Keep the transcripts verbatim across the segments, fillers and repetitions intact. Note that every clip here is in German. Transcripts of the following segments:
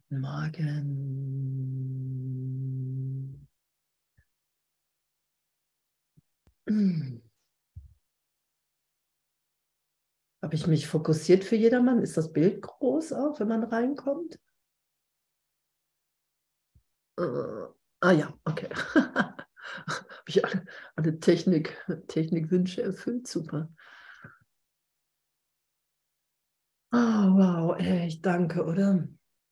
Magen. Habe ich mich fokussiert für jedermann? Ist das Bild groß auch, wenn man reinkommt? Äh, ah ja, okay. Habe ich alle, alle Technik, Technikwünsche erfüllt? Super. Oh, wow, echt, danke, oder?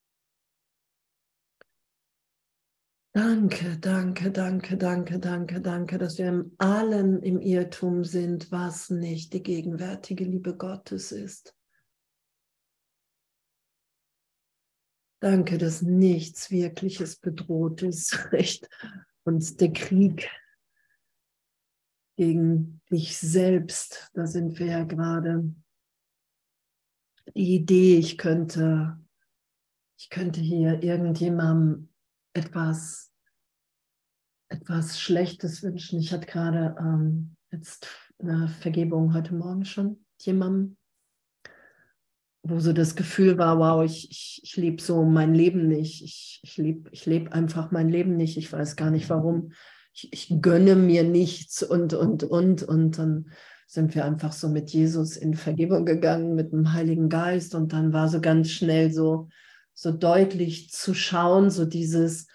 Danke, danke, danke, danke, danke, danke, dass wir im allen im Irrtum sind, was nicht die gegenwärtige Liebe Gottes ist. Danke, dass nichts Wirkliches bedroht ist, recht? Und der Krieg gegen dich selbst, da sind wir ja gerade. Die Idee, ich könnte, ich könnte hier irgendjemandem etwas, etwas Schlechtes wünschen. Ich hatte gerade ähm, jetzt eine Vergebung heute Morgen schon jemandem, wo so das Gefühl war, wow, ich, ich, ich lebe so mein Leben nicht. Ich, ich lebe ich leb einfach mein Leben nicht. Ich weiß gar nicht warum. Ich, ich gönne mir nichts und, und, und. Und dann sind wir einfach so mit Jesus in Vergebung gegangen, mit dem Heiligen Geist. Und dann war so ganz schnell so, so deutlich zu schauen, so dieses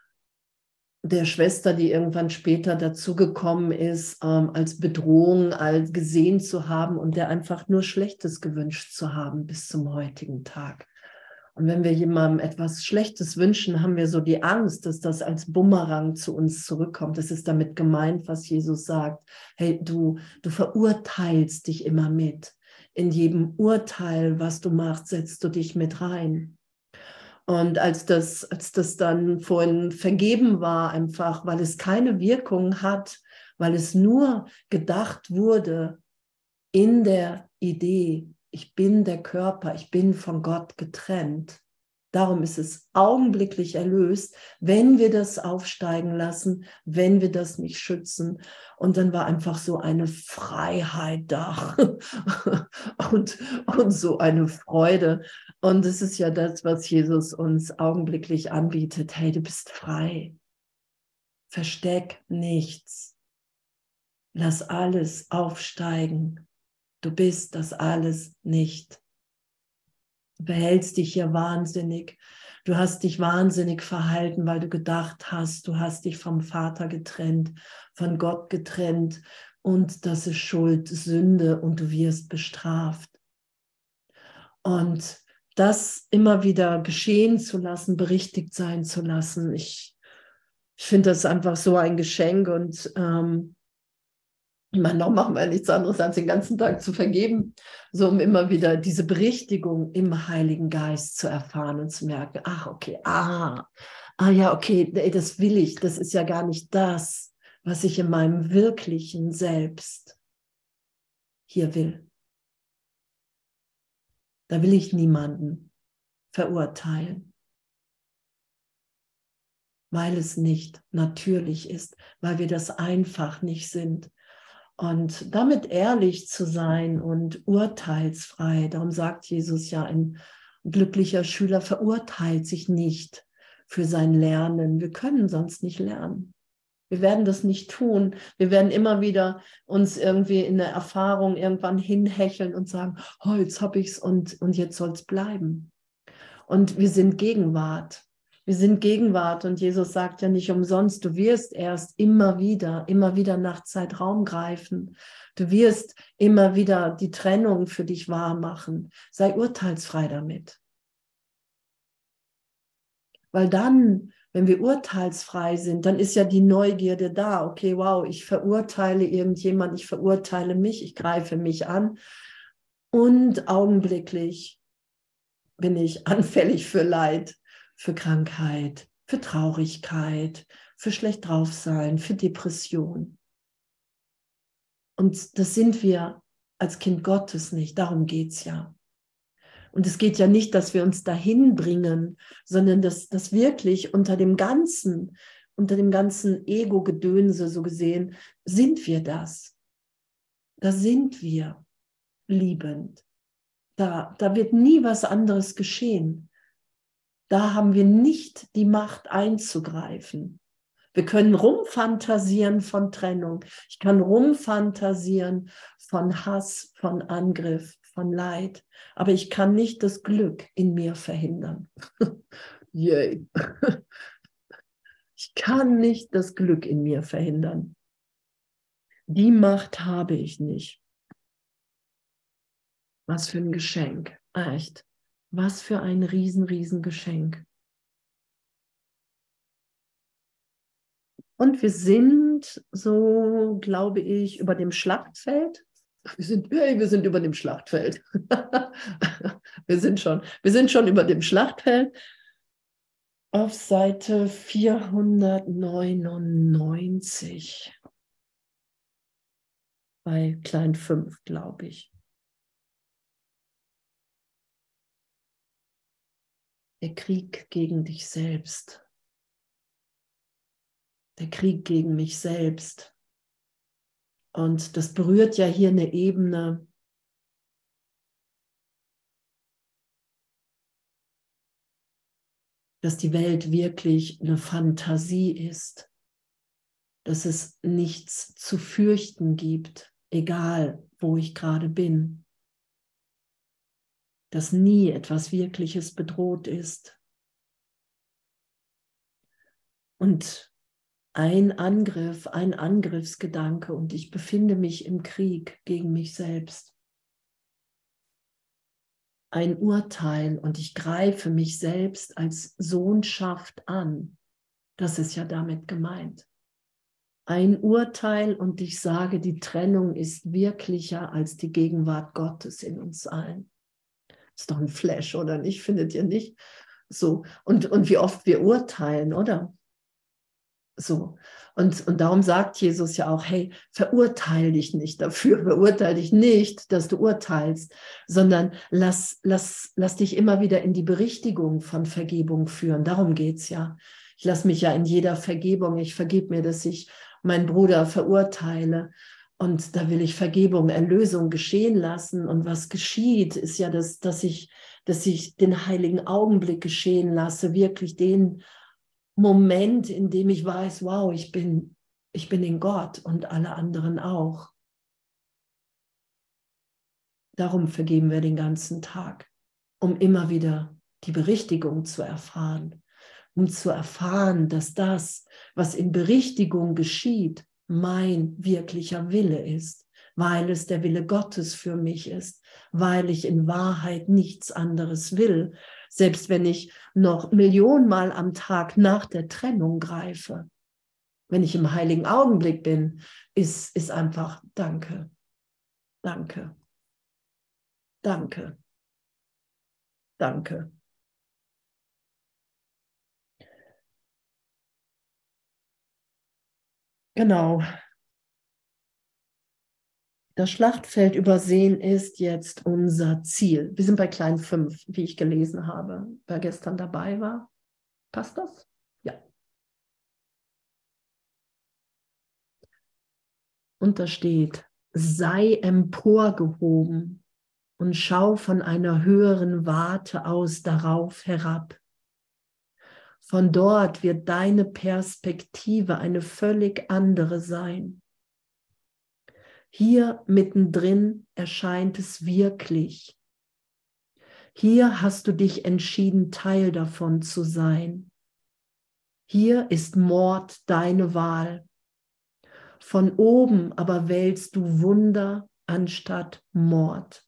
der Schwester, die irgendwann später dazugekommen ist, ähm, als Bedrohung, als gesehen zu haben und der einfach nur Schlechtes gewünscht zu haben bis zum heutigen Tag. Und wenn wir jemandem etwas Schlechtes wünschen, haben wir so die Angst, dass das als Bumerang zu uns zurückkommt. Das ist damit gemeint, was Jesus sagt. Hey, du, du verurteilst dich immer mit. In jedem Urteil, was du machst, setzt du dich mit rein. Und als das, als das dann vorhin vergeben war, einfach, weil es keine Wirkung hat, weil es nur gedacht wurde in der Idee, ich bin der Körper, ich bin von Gott getrennt. Darum ist es augenblicklich erlöst, wenn wir das aufsteigen lassen, wenn wir das nicht schützen. Und dann war einfach so eine Freiheit da und, und so eine Freude. Und es ist ja das, was Jesus uns augenblicklich anbietet. Hey, du bist frei. Versteck nichts. Lass alles aufsteigen. Du bist das alles nicht. Du behältst dich hier wahnsinnig. Du hast dich wahnsinnig verhalten, weil du gedacht hast, du hast dich vom Vater getrennt, von Gott getrennt und das ist Schuld, Sünde und du wirst bestraft. Und das immer wieder geschehen zu lassen, berichtigt sein zu lassen, ich, ich finde das einfach so ein Geschenk und ähm, ich meine, noch machen wir nichts anderes, als den ganzen Tag zu vergeben, so um immer wieder diese Berichtigung im Heiligen Geist zu erfahren und zu merken, ach, okay, ah, ah ja, okay, das will ich, das ist ja gar nicht das, was ich in meinem wirklichen Selbst hier will. Da will ich niemanden verurteilen, weil es nicht natürlich ist, weil wir das einfach nicht sind. Und damit ehrlich zu sein und urteilsfrei, darum sagt Jesus ja, ein glücklicher Schüler verurteilt sich nicht für sein Lernen. Wir können sonst nicht lernen. Wir werden das nicht tun. Wir werden immer wieder uns irgendwie in der Erfahrung irgendwann hinhecheln und sagen, oh, jetzt habe ich es und, und jetzt soll es bleiben. Und wir sind Gegenwart. Wir sind Gegenwart und Jesus sagt ja nicht umsonst, du wirst erst immer wieder, immer wieder nach Zeitraum greifen. Du wirst immer wieder die Trennung für dich wahr machen. Sei urteilsfrei damit. Weil dann, wenn wir urteilsfrei sind, dann ist ja die Neugierde da. Okay, wow, ich verurteile irgendjemand, ich verurteile mich, ich greife mich an und augenblicklich bin ich anfällig für Leid, für Krankheit, für Traurigkeit, für schlecht drauf sein, für Depression. Und das sind wir als Kind Gottes nicht, darum geht es ja. Und es geht ja nicht, dass wir uns dahin bringen, sondern dass, dass wirklich unter dem ganzen, unter dem ganzen Ego-Gedönse so gesehen, sind wir das. Da sind wir liebend. Da, da wird nie was anderes geschehen. Da haben wir nicht die Macht einzugreifen. Wir können rumfantasieren von Trennung. Ich kann rumfantasieren von Hass, von Angriff, von Leid. Aber ich kann nicht das Glück in mir verhindern. Yay. Ich kann nicht das Glück in mir verhindern. Die Macht habe ich nicht. Was für ein Geschenk. Echt. Was für ein riesen, riesen Geschenk. Und wir sind so, glaube ich, über dem Schlachtfeld. Wir sind, hey, wir sind über dem Schlachtfeld. wir sind schon, wir sind schon über dem Schlachtfeld. Auf Seite vierhundertneunundneunzig. Bei Klein fünf, glaube ich. Der Krieg gegen dich selbst. Der Krieg gegen mich selbst. Und das berührt ja hier eine Ebene, dass die Welt wirklich eine Fantasie ist, dass es nichts zu fürchten gibt, egal wo ich gerade bin, dass nie etwas Wirkliches bedroht ist. Und ein Angriff, ein Angriffsgedanke und ich befinde mich im Krieg gegen mich selbst. Ein Urteil und ich greife mich selbst als Sohnschaft an. Das ist ja damit gemeint. Ein Urteil und ich sage, die Trennung ist wirklicher als die Gegenwart Gottes in uns allen. Ist doch ein Flash, oder nicht? Findet ihr nicht? So. Und, und wie oft wir urteilen, oder? So. Und, und darum sagt Jesus ja auch, hey, verurteile dich nicht dafür, verurteile dich nicht, dass du urteilst, sondern lass, lass, lass dich immer wieder in die Berichtigung von Vergebung führen. Darum geht es ja. Ich lasse mich ja in jeder Vergebung, ich vergebe mir, dass ich meinen Bruder verurteile. Und da will ich Vergebung, Erlösung geschehen lassen. Und was geschieht, ist ja, dass, dass, ich, dass ich den heiligen Augenblick geschehen lasse, wirklich den Moment, in dem ich weiß, wow, ich bin, ich bin in Gott und alle anderen auch. Darum vergeben wir den ganzen Tag, um immer wieder die Berichtigung zu erfahren, um zu erfahren, dass das, was in Berichtigung geschieht, mein wirklicher Wille ist, weil es der Wille Gottes für mich ist, weil ich in Wahrheit nichts anderes will, selbst wenn ich noch Millionenmal am Tag nach der Trennung greife. Wenn ich im heiligen Augenblick bin, ist, ist einfach Danke, Danke, Danke, Danke. Genau. Das Schlachtfeld übersehen ist jetzt unser Ziel. Wir sind bei Klein fünf, wie ich gelesen habe, wer gestern dabei war. Passt das? Ja. Und da steht, sei emporgehoben und schau von einer höheren Warte aus darauf herab. Von dort wird deine Perspektive eine völlig andere sein. Hier mittendrin erscheint es wirklich. Hier hast du dich entschieden, Teil davon zu sein. Hier ist Mord deine Wahl. Von oben aber wählst du Wunder anstatt Mord.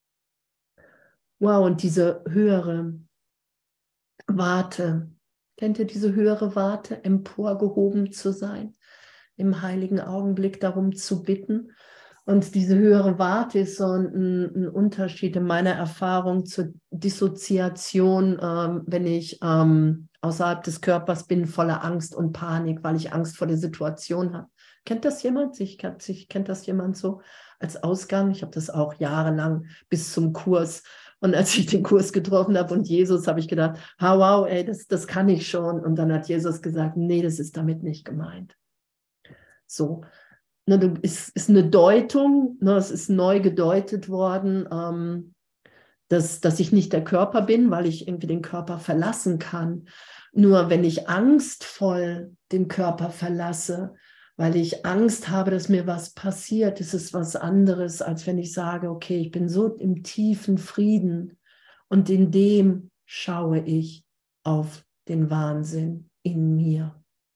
Wow, und diese höhere Warte, kennt ihr diese höhere Warte, emporgehoben zu sein, im heiligen Augenblick darum zu bitten? Und diese höhere Warte ist so ein, ein Unterschied in meiner Erfahrung zur Dissoziation, ähm, wenn ich ähm, außerhalb des Körpers bin, voller Angst und Panik, weil ich Angst vor der Situation habe. Kennt das jemand? Ich, ich, kennt das jemand so als Ausgang? Ich habe das auch jahrelang bis zum Kurs. Und als ich den Kurs getroffen habe und Jesus, habe ich gedacht, ah, wow, ey, das, das kann ich schon. Und dann hat Jesus gesagt, nee, das ist damit nicht gemeint. So. Es ist eine Deutung, es ist neu gedeutet worden, dass, dass ich nicht der Körper bin, weil ich irgendwie den Körper verlassen kann. Nur wenn ich angstvoll den Körper verlasse, weil ich Angst habe, dass mir was passiert, ist es was anderes, als wenn ich sage, okay, ich bin so im tiefen Frieden und in dem schaue ich auf den Wahnsinn in mir.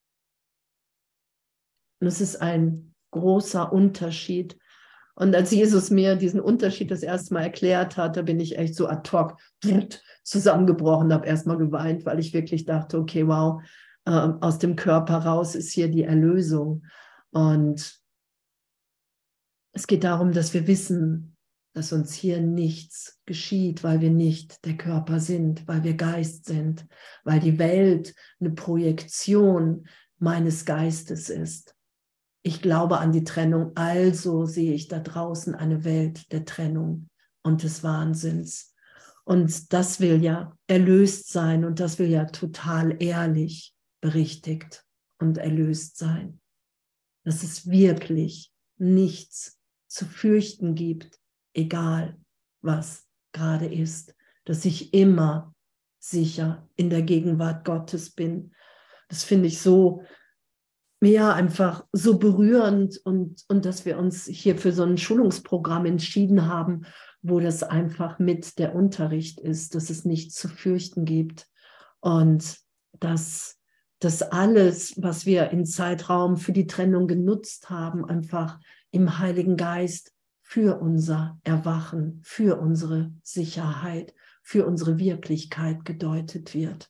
Und es ist ein großer Unterschied. Und als Jesus mir diesen Unterschied das erste Mal erklärt hat, da bin ich echt so ad hoc zusammengebrochen, habe erstmal geweint, weil ich wirklich dachte, okay, wow, äh, aus dem Körper raus ist hier die Erlösung. Und es geht darum, dass wir wissen, dass uns hier nichts geschieht, weil wir nicht der Körper sind, weil wir Geist sind, weil die Welt eine Projektion meines Geistes ist. Ich glaube an die Trennung, also sehe ich da draußen eine Welt der Trennung und des Wahnsinns. Und das will ja erlöst sein und das will ja total ehrlich berichtigt und erlöst sein. Dass es wirklich nichts zu fürchten gibt, egal was gerade ist. Dass ich immer sicher in der Gegenwart Gottes bin. Das finde ich so, ja, einfach so berührend und, und dass wir uns hier für so ein Schulungsprogramm entschieden haben, wo das einfach mit der Unterricht ist, dass es nichts zu fürchten gibt und dass das alles, was wir im Zeitraum für die Trennung genutzt haben, einfach im Heiligen Geist für unser Erwachen, für unsere Sicherheit, für unsere Wirklichkeit gedeutet wird.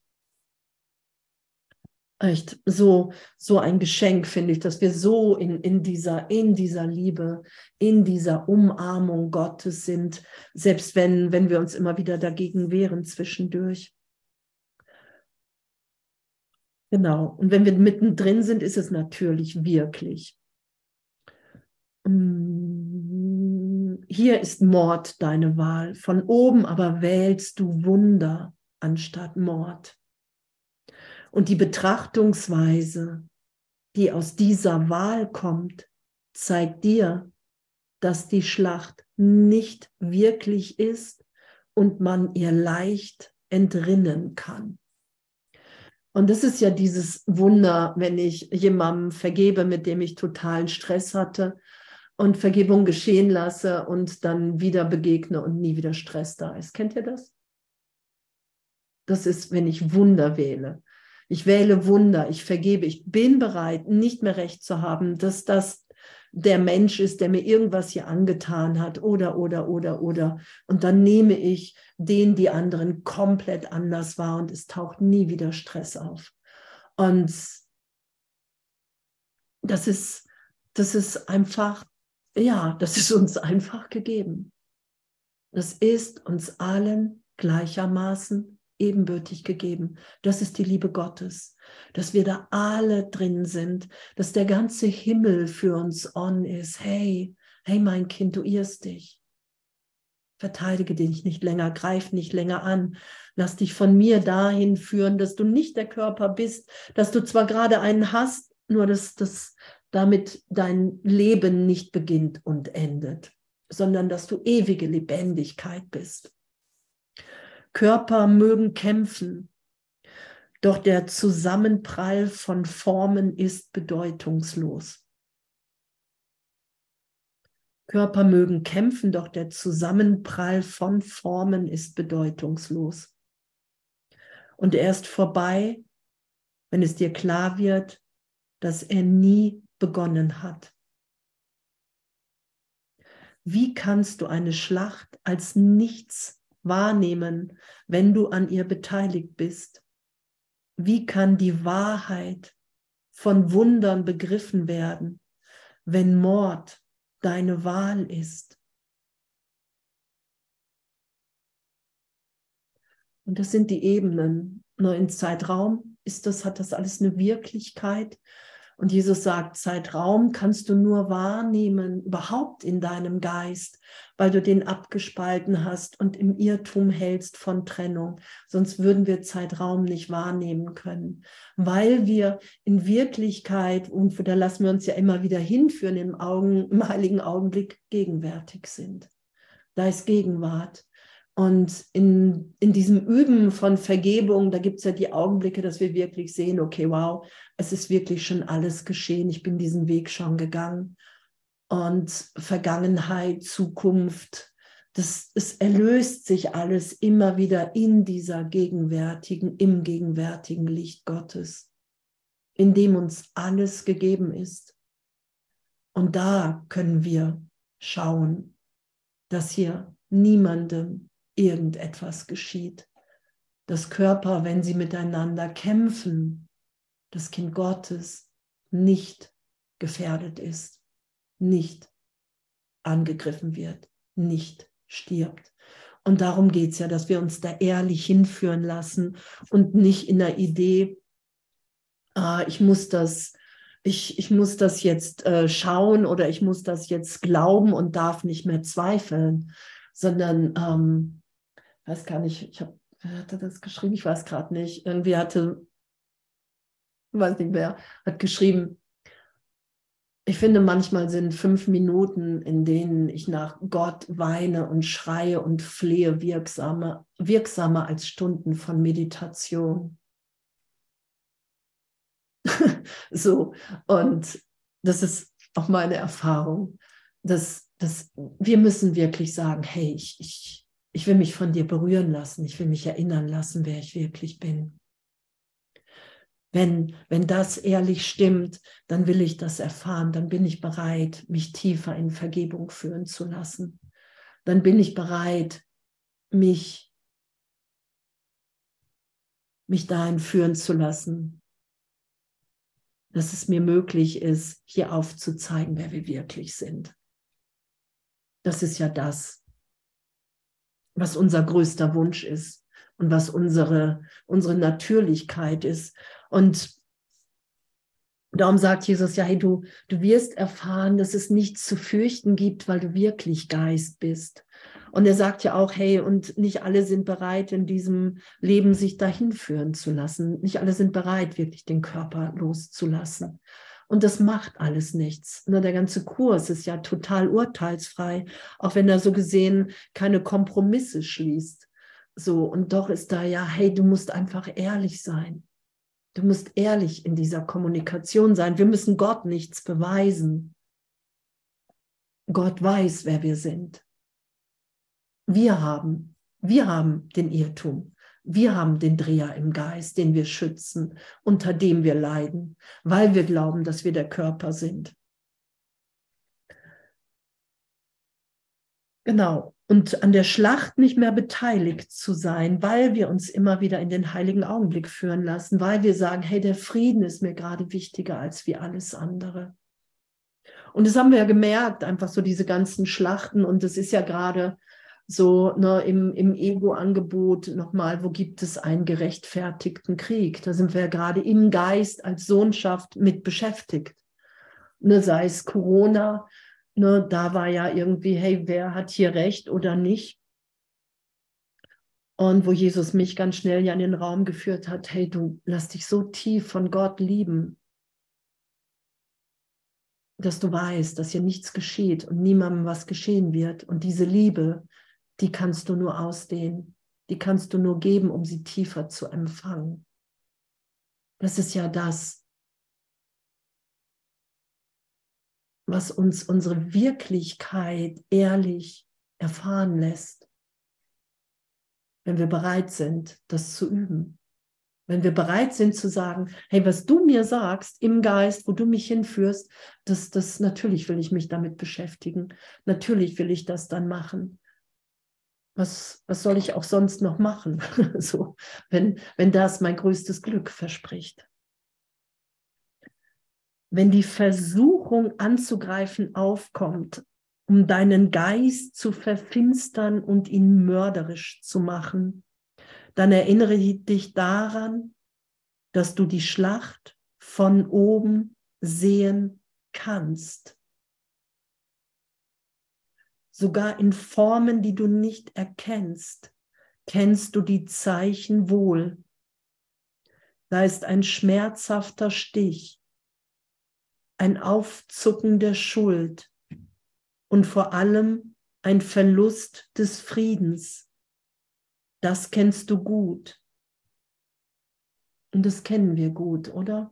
Echt so, so ein Geschenk, finde ich, dass wir so in, in, dieser, in dieser Liebe, in dieser Umarmung Gottes sind, selbst wenn, wenn wir uns immer wieder dagegen wehren zwischendurch. Genau, und wenn wir mittendrin sind, ist es natürlich wirklich. Hier ist Mord deine Wahl, von oben aber wählst du Wunder anstatt Mord. Und die Betrachtungsweise, die aus dieser Wahl kommt, zeigt dir, dass die Schlacht nicht wirklich ist und man ihr leicht entrinnen kann. Und das ist ja dieses Wunder, wenn ich jemandem vergebe, mit dem ich totalen Stress hatte und Vergebung geschehen lasse und dann wieder begegne und nie wieder Stress da ist. Kennt ihr das? Das ist, wenn ich Wunder wähle. Ich wähle Wunder, ich vergebe, ich bin bereit, nicht mehr recht zu haben, dass das der Mensch ist, der mir irgendwas hier angetan hat oder, oder, oder, oder. Und dann nehme ich den, die anderen komplett anders wahr und es taucht nie wieder Stress auf. Und das ist, das ist einfach, ja, das ist uns einfach gegeben. Das ist uns allen gleichermaßen ebenbürtig gegeben. Das ist die Liebe Gottes, dass wir da alle drin sind, dass der ganze Himmel für uns on ist. Hey, hey mein Kind, du irrst dich. Verteidige dich nicht länger, greif nicht länger an. Lass dich von mir dahin führen, dass du nicht der Körper bist, dass du zwar gerade einen hast, nur dass, dass damit dein Leben nicht beginnt und endet, sondern dass du ewige Lebendigkeit bist. Körper mögen kämpfen, doch der Zusammenprall von Formen ist bedeutungslos. Körper mögen kämpfen, doch der Zusammenprall von Formen ist bedeutungslos. Und er ist vorbei, wenn es dir klar wird, dass er nie begonnen hat. Wie kannst du eine Schlacht als nichts wahrnehmen, wenn du an ihr beteiligt bist? Wie kann die Wahrheit von Wundern begriffen werden, wenn Mord deine Wahl ist? Und das sind die Ebenen. Nur im Zeitraum ist das, hat das alles eine Wirklichkeit. Und Jesus sagt, Zeitraum kannst du nur wahrnehmen, überhaupt in deinem Geist, weil du den abgespalten hast und im Irrtum hältst von Trennung. Sonst würden wir Zeitraum nicht wahrnehmen können, weil wir in Wirklichkeit, und da lassen wir uns ja immer wieder hinführen, im, Augen, im heiligen Augenblick gegenwärtig sind. Da ist Gegenwart. Und in, in diesem Üben von Vergebung, da gibt es ja die Augenblicke, dass wir wirklich sehen, okay, wow, es ist wirklich schon alles geschehen. Ich bin diesen Weg schon gegangen. Und Vergangenheit, Zukunft, das, es erlöst sich alles immer wieder in dieser gegenwärtigen, im gegenwärtigen Licht Gottes, in dem uns alles gegeben ist. Und da können wir schauen, dass hier niemandem irgendetwas geschieht. Dass Körper, wenn sie miteinander kämpfen, das Kind Gottes nicht gefährdet ist, nicht angegriffen wird, nicht stirbt. Und darum geht es ja, dass wir uns da ehrlich hinführen lassen und nicht in der Idee, ah, ich muss das, ich, ich muss das jetzt äh, schauen oder ich muss das jetzt glauben und darf nicht mehr zweifeln, sondern, ähm, weiß gar nicht, ich habe, wer hatte das geschrieben? Ich weiß gerade nicht. Irgendwie hatte, weiß nicht wer, hat geschrieben, ich finde, manchmal sind fünf Minuten, in denen ich nach Gott weine und schreie und flehe, wirksamer, wirksamer als Stunden von Meditation. So, und das ist auch meine Erfahrung, dass, dass wir müssen wirklich sagen, hey, ich, ich, ich will mich von dir berühren lassen, ich will mich erinnern lassen, wer ich wirklich bin. Wenn, wenn das ehrlich stimmt, dann will ich das erfahren, dann bin ich bereit, mich tiefer in Vergebung führen zu lassen. Dann bin ich bereit, mich, mich dahin führen zu lassen, dass es mir möglich ist, hier aufzuzeigen, wer wir wirklich sind. Das ist ja das, was unser größter Wunsch ist und was unsere, unsere Natürlichkeit ist. Und darum sagt Jesus, ja, hey, du, du wirst erfahren, dass es nichts zu fürchten gibt, weil du wirklich Geist bist. Und er sagt ja auch, hey, und nicht alle sind bereit, in diesem Leben sich dahin führen zu lassen. Nicht alle sind bereit, wirklich den Körper loszulassen. Und das macht alles nichts. Der ganze Kurs ist ja total urteilsfrei, auch wenn er so gesehen keine Kompromisse schließt. So, und doch ist da ja, hey, du musst einfach ehrlich sein. Du musst ehrlich in dieser Kommunikation sein. Wir müssen Gott nichts beweisen. Gott weiß, wer wir sind. Wir haben, wir haben den Irrtum. Wir haben den Dreher im Geist, den wir schützen, unter dem wir leiden, weil wir glauben, dass wir der Körper sind. Genau. Und an der Schlacht nicht mehr beteiligt zu sein, weil wir uns immer wieder in den heiligen Augenblick führen lassen, weil wir sagen, hey, der Frieden ist mir gerade wichtiger als wie alles andere. Und das haben wir ja gemerkt, einfach so diese ganzen Schlachten. Und das ist ja gerade so ne, im, im Ego-Angebot nochmal, wo gibt es einen gerechtfertigten Krieg? Da sind wir ja gerade im Geist als Sohnschaft mit beschäftigt. Ne, sei es Corona, ne, da war ja irgendwie, hey, wer hat hier recht oder nicht? Und wo Jesus mich ganz schnell ja in den Raum geführt hat, hey, du lass dich so tief von Gott lieben, dass du weißt, dass hier nichts geschieht und niemandem was geschehen wird. Und diese Liebe, die kannst du nur ausdehnen, die kannst du nur geben, um sie tiefer zu empfangen. Das ist ja das, was uns unsere Wirklichkeit ehrlich erfahren lässt, wenn wir bereit sind, das zu üben. Wenn wir bereit sind zu sagen, hey, was du mir sagst im Geist, wo du mich hinführst, das, das natürlich will ich mich damit beschäftigen. Natürlich will ich das dann machen. Was, was soll ich auch sonst noch machen? So, wenn, wenn das mein größtes Glück verspricht. Wenn die Versuchung anzugreifen aufkommt, um deinen Geist zu verfinstern und ihn mörderisch zu machen, dann erinnere dich daran, dass du die Schlacht von oben sehen kannst. Sogar in Formen, die du nicht erkennst, kennst du die Zeichen wohl. Da ist ein schmerzhafter Stich, ein Aufzucken der Schuld und vor allem ein Verlust des Friedens, das kennst du gut. Und das kennen wir gut, oder?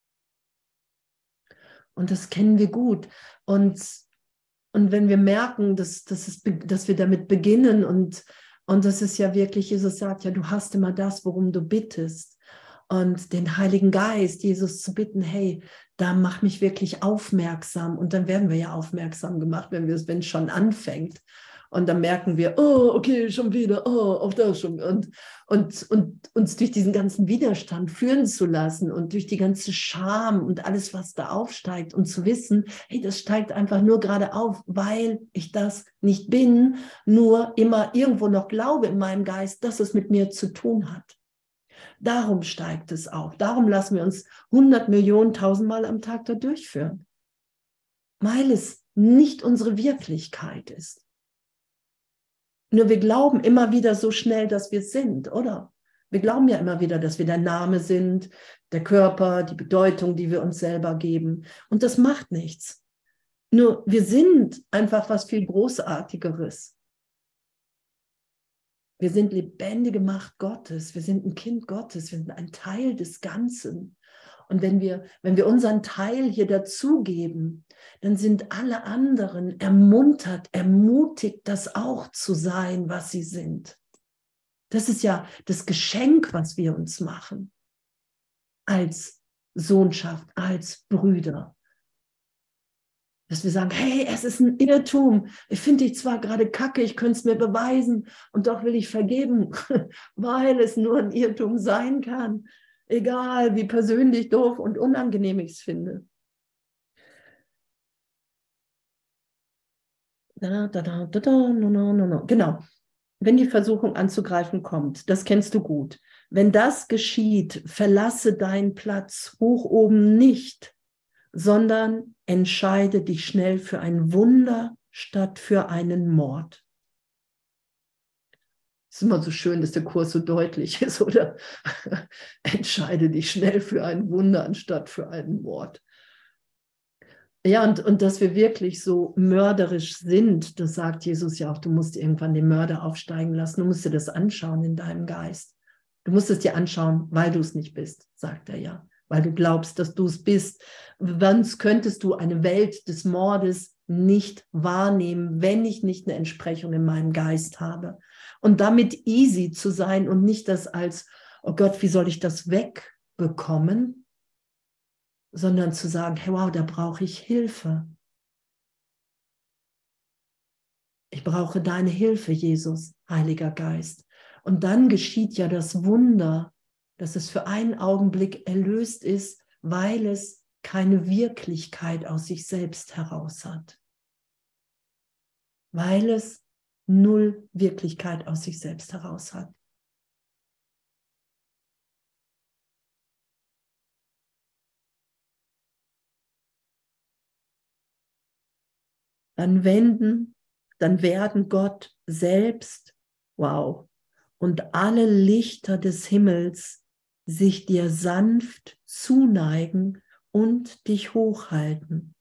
Und das kennen wir gut. Und, und wenn wir merken, dass, dass, es, dass wir damit beginnen und, und das ist ja wirklich, Jesus sagt ja, du hast immer das, worum du bittest. Und den Heiligen Geist, Jesus zu bitten, hey, da mach mich wirklich aufmerksam. Und dann werden wir ja aufmerksam gemacht, wenn wir es, wenn es schon anfängt. Und dann merken wir, oh, okay, schon wieder, oh, auch das schon. Und, und, und uns durch diesen ganzen Widerstand führen zu lassen und durch die ganze Scham und alles, was da aufsteigt und zu wissen, hey, das steigt einfach nur gerade auf, weil ich das nicht bin, nur immer irgendwo noch glaube in meinem Geist, dass es mit mir zu tun hat. Darum steigt es auf. Darum lassen wir uns hundert Millionen, tausendmal am Tag da durchführen. Weil es nicht unsere Wirklichkeit ist. Nur wir glauben immer wieder so schnell, dass wir sind, oder? Wir glauben ja immer wieder, dass wir der Name sind, der Körper, die Bedeutung, die wir uns selber geben. Und das macht nichts. Nur wir sind einfach was viel Großartigeres. Wir sind lebendige Macht Gottes. Wir sind ein Kind Gottes. Wir sind ein Teil des Ganzen. Und wenn wir, wenn wir unseren Teil hier dazugeben, dann sind alle anderen ermuntert, ermutigt, das auch zu sein, was sie sind. Das ist ja das Geschenk, was wir uns machen. Als Sohnschaft, als Brüder. Dass wir sagen, hey, es ist ein Irrtum. Ich finde dich zwar gerade kacke, ich könnte es mir beweisen und doch will ich vergeben, weil es nur ein Irrtum sein kann. Egal, wie persönlich doof und unangenehm ich es finde. Da, da, da, da, da, no, no, no, no. Genau. Wenn die Versuchung anzugreifen kommt, das kennst du gut. Wenn das geschieht, verlasse deinen Platz hoch oben nicht, sondern entscheide dich schnell für ein Wunder statt für einen Mord. Es ist immer so schön, dass der Kurs so deutlich ist, oder? Entscheide dich schnell für ein Wunder anstatt für einen Mord. Ja, und, und dass wir wirklich so mörderisch sind, das sagt Jesus ja auch, du musst irgendwann den Mörder aufsteigen lassen, du musst dir das anschauen in deinem Geist. Du musst es dir anschauen, weil du es nicht bist, sagt er ja, weil du glaubst, dass du es bist. Sonst könntest du eine Welt des Mordes nicht wahrnehmen, wenn ich nicht eine Entsprechung in meinem Geist habe. Und damit easy zu sein und nicht das als, oh Gott, wie soll ich das wegbekommen, sondern zu sagen, hey, wow, da brauche ich Hilfe. Ich brauche deine Hilfe, Jesus, Heiliger Geist. Und dann geschieht ja das Wunder, dass es für einen Augenblick erlöst ist, weil es keine Wirklichkeit aus sich selbst heraus hat. Weil es null Wirklichkeit aus sich selbst heraus hat. Dann wenden, dann werden Gott selbst, wow, und alle Lichter des Himmels sich dir sanft zuneigen und dich hochhalten.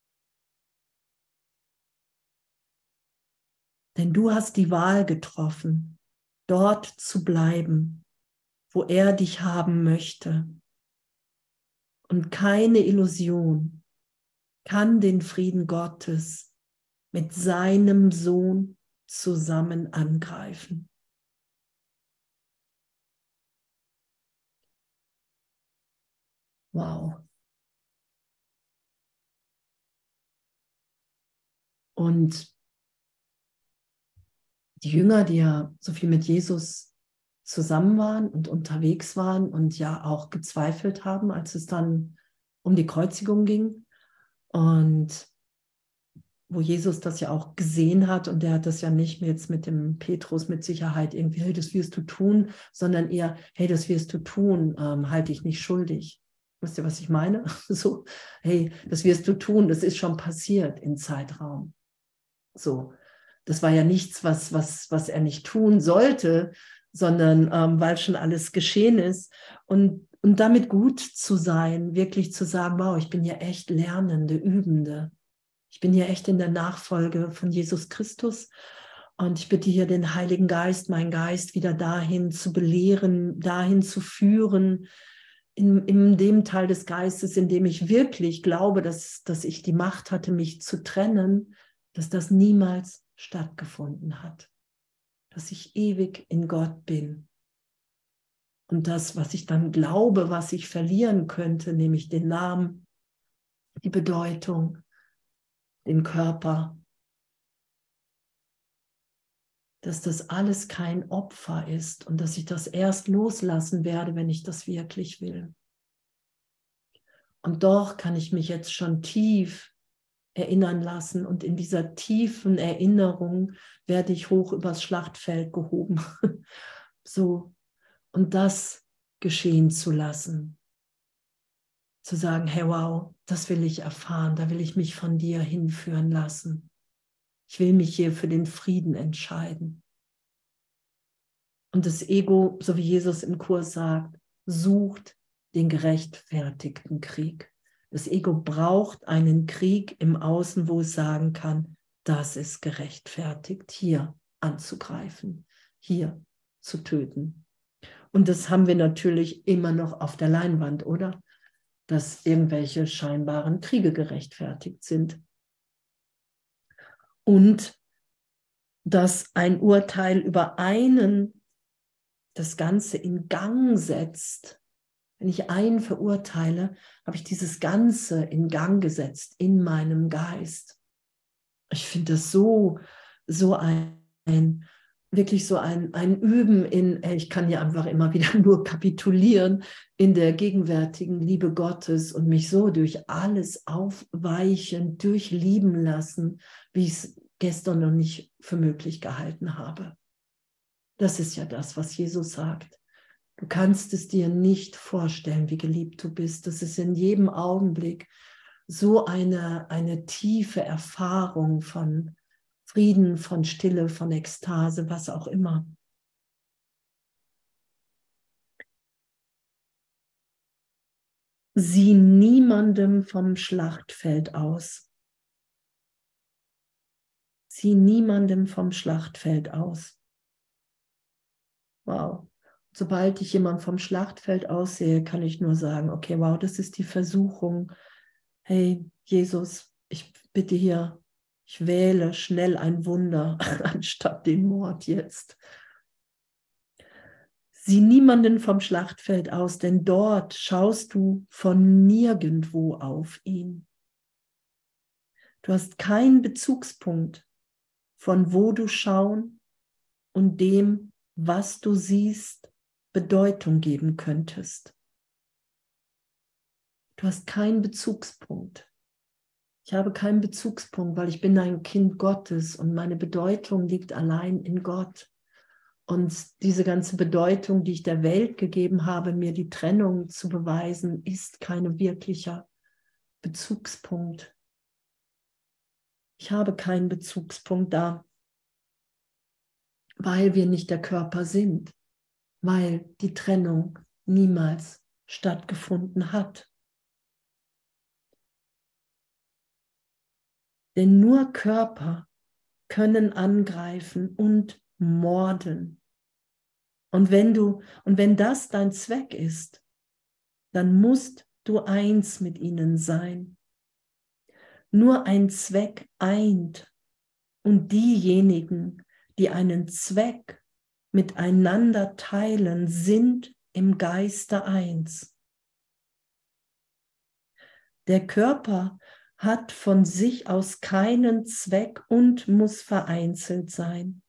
Denn du hast die Wahl getroffen, dort zu bleiben, wo er dich haben möchte. Und keine Illusion kann den Frieden Gottes mit seinem Sohn zusammen angreifen. Wow. Und die Jünger, die ja so viel mit Jesus zusammen waren und unterwegs waren und ja auch gezweifelt haben, als es dann um die Kreuzigung ging und wo Jesus das ja auch gesehen hat und der hat das ja nicht jetzt mit dem Petrus mit Sicherheit irgendwie, hey, das wirst du tun, sondern eher, hey, das wirst du tun, ähm, halte ich nicht schuldig. Wisst ihr, was ich meine? So, hey, das wirst du tun, das ist schon passiert im Zeitraum. So, das war ja nichts, was, was, was er nicht tun sollte, sondern ähm, weil schon alles geschehen ist. Und, und damit gut zu sein, wirklich zu sagen, wow, ich bin ja echt Lernende, Übende. Ich bin ja echt in der Nachfolge von Jesus Christus Und ich bitte hier den Heiligen Geist, meinen Geist wieder dahin zu belehren, dahin zu führen, in, in dem Teil des Geistes, in dem ich wirklich glaube, dass, dass ich die Macht hatte, mich zu trennen, dass das niemals stattgefunden hat. Dass ich ewig in Gott bin. Und das, was ich dann glaube, was ich verlieren könnte, nämlich den Namen, die Bedeutung, den Körper, dass das alles kein Opfer ist und dass ich das erst loslassen werde, wenn ich das wirklich will. Und doch kann ich mich jetzt schon tief erinnern lassen und in dieser tiefen Erinnerung werde ich hoch übers Schlachtfeld gehoben. So, und das geschehen zu lassen. Zu sagen, hey wow, das will ich erfahren, da will ich mich von dir hinführen lassen. Ich will mich hier für den Frieden entscheiden. Und das Ego, so wie Jesus im Kurs sagt, sucht den gerechtfertigten Krieg. Das Ego braucht einen Krieg im Außen, wo es sagen kann, das ist gerechtfertigt, hier anzugreifen, hier zu töten. Und das haben wir natürlich immer noch auf der Leinwand, oder? Dass irgendwelche scheinbaren Kriege gerechtfertigt sind. Und dass ein Urteil über einen das Ganze in Gang setzt. Wenn ich einen verurteile, habe ich dieses Ganze in Gang gesetzt in meinem Geist. Ich finde das so, so ein, ein wirklich so ein, ein Üben in, ich kann ja einfach immer wieder nur kapitulieren in der gegenwärtigen Liebe Gottes und mich so durch alles aufweichen, durchlieben lassen, wie ich es gestern noch nicht für möglich gehalten habe. Das ist ja das, was Jesus sagt. Du kannst es dir nicht vorstellen, wie geliebt du bist. Das ist in jedem Augenblick so eine, eine tiefe Erfahrung von Frieden, von Stille, von Ekstase, was auch immer. Sieh niemandem vom Schlachtfeld aus. Sieh niemandem vom Schlachtfeld aus. Wow. Sobald ich jemand vom Schlachtfeld aussehe, kann ich nur sagen, okay, wow, das ist die Versuchung. Hey, Jesus, ich bitte hier, ich wähle schnell ein Wunder anstatt den Mord jetzt. Sieh niemanden vom Schlachtfeld aus, denn dort schaust du von nirgendwo auf ihn. Du hast keinen Bezugspunkt, von wo du schauen und dem, was du siehst, Bedeutung geben könntest. Du hast keinen Bezugspunkt. Ich habe keinen Bezugspunkt, weil ich bin ein Kind Gottes und meine Bedeutung liegt allein in Gott. Und diese ganze Bedeutung, die ich der Welt gegeben habe, mir die Trennung zu beweisen, ist kein wirklicher Bezugspunkt. Ich habe keinen Bezugspunkt da, weil wir nicht der Körper sind, weil die Trennung niemals stattgefunden hat. Denn nur Körper können angreifen und morden. Und wenn du, und wenn das dein Zweck ist, dann musst du eins mit ihnen sein. Nur ein Zweck eint und diejenigen, die einen Zweck miteinander teilen, sind im Geiste eins. Der Körper hat von sich aus keinen Zweck und muss vereinzelt sein.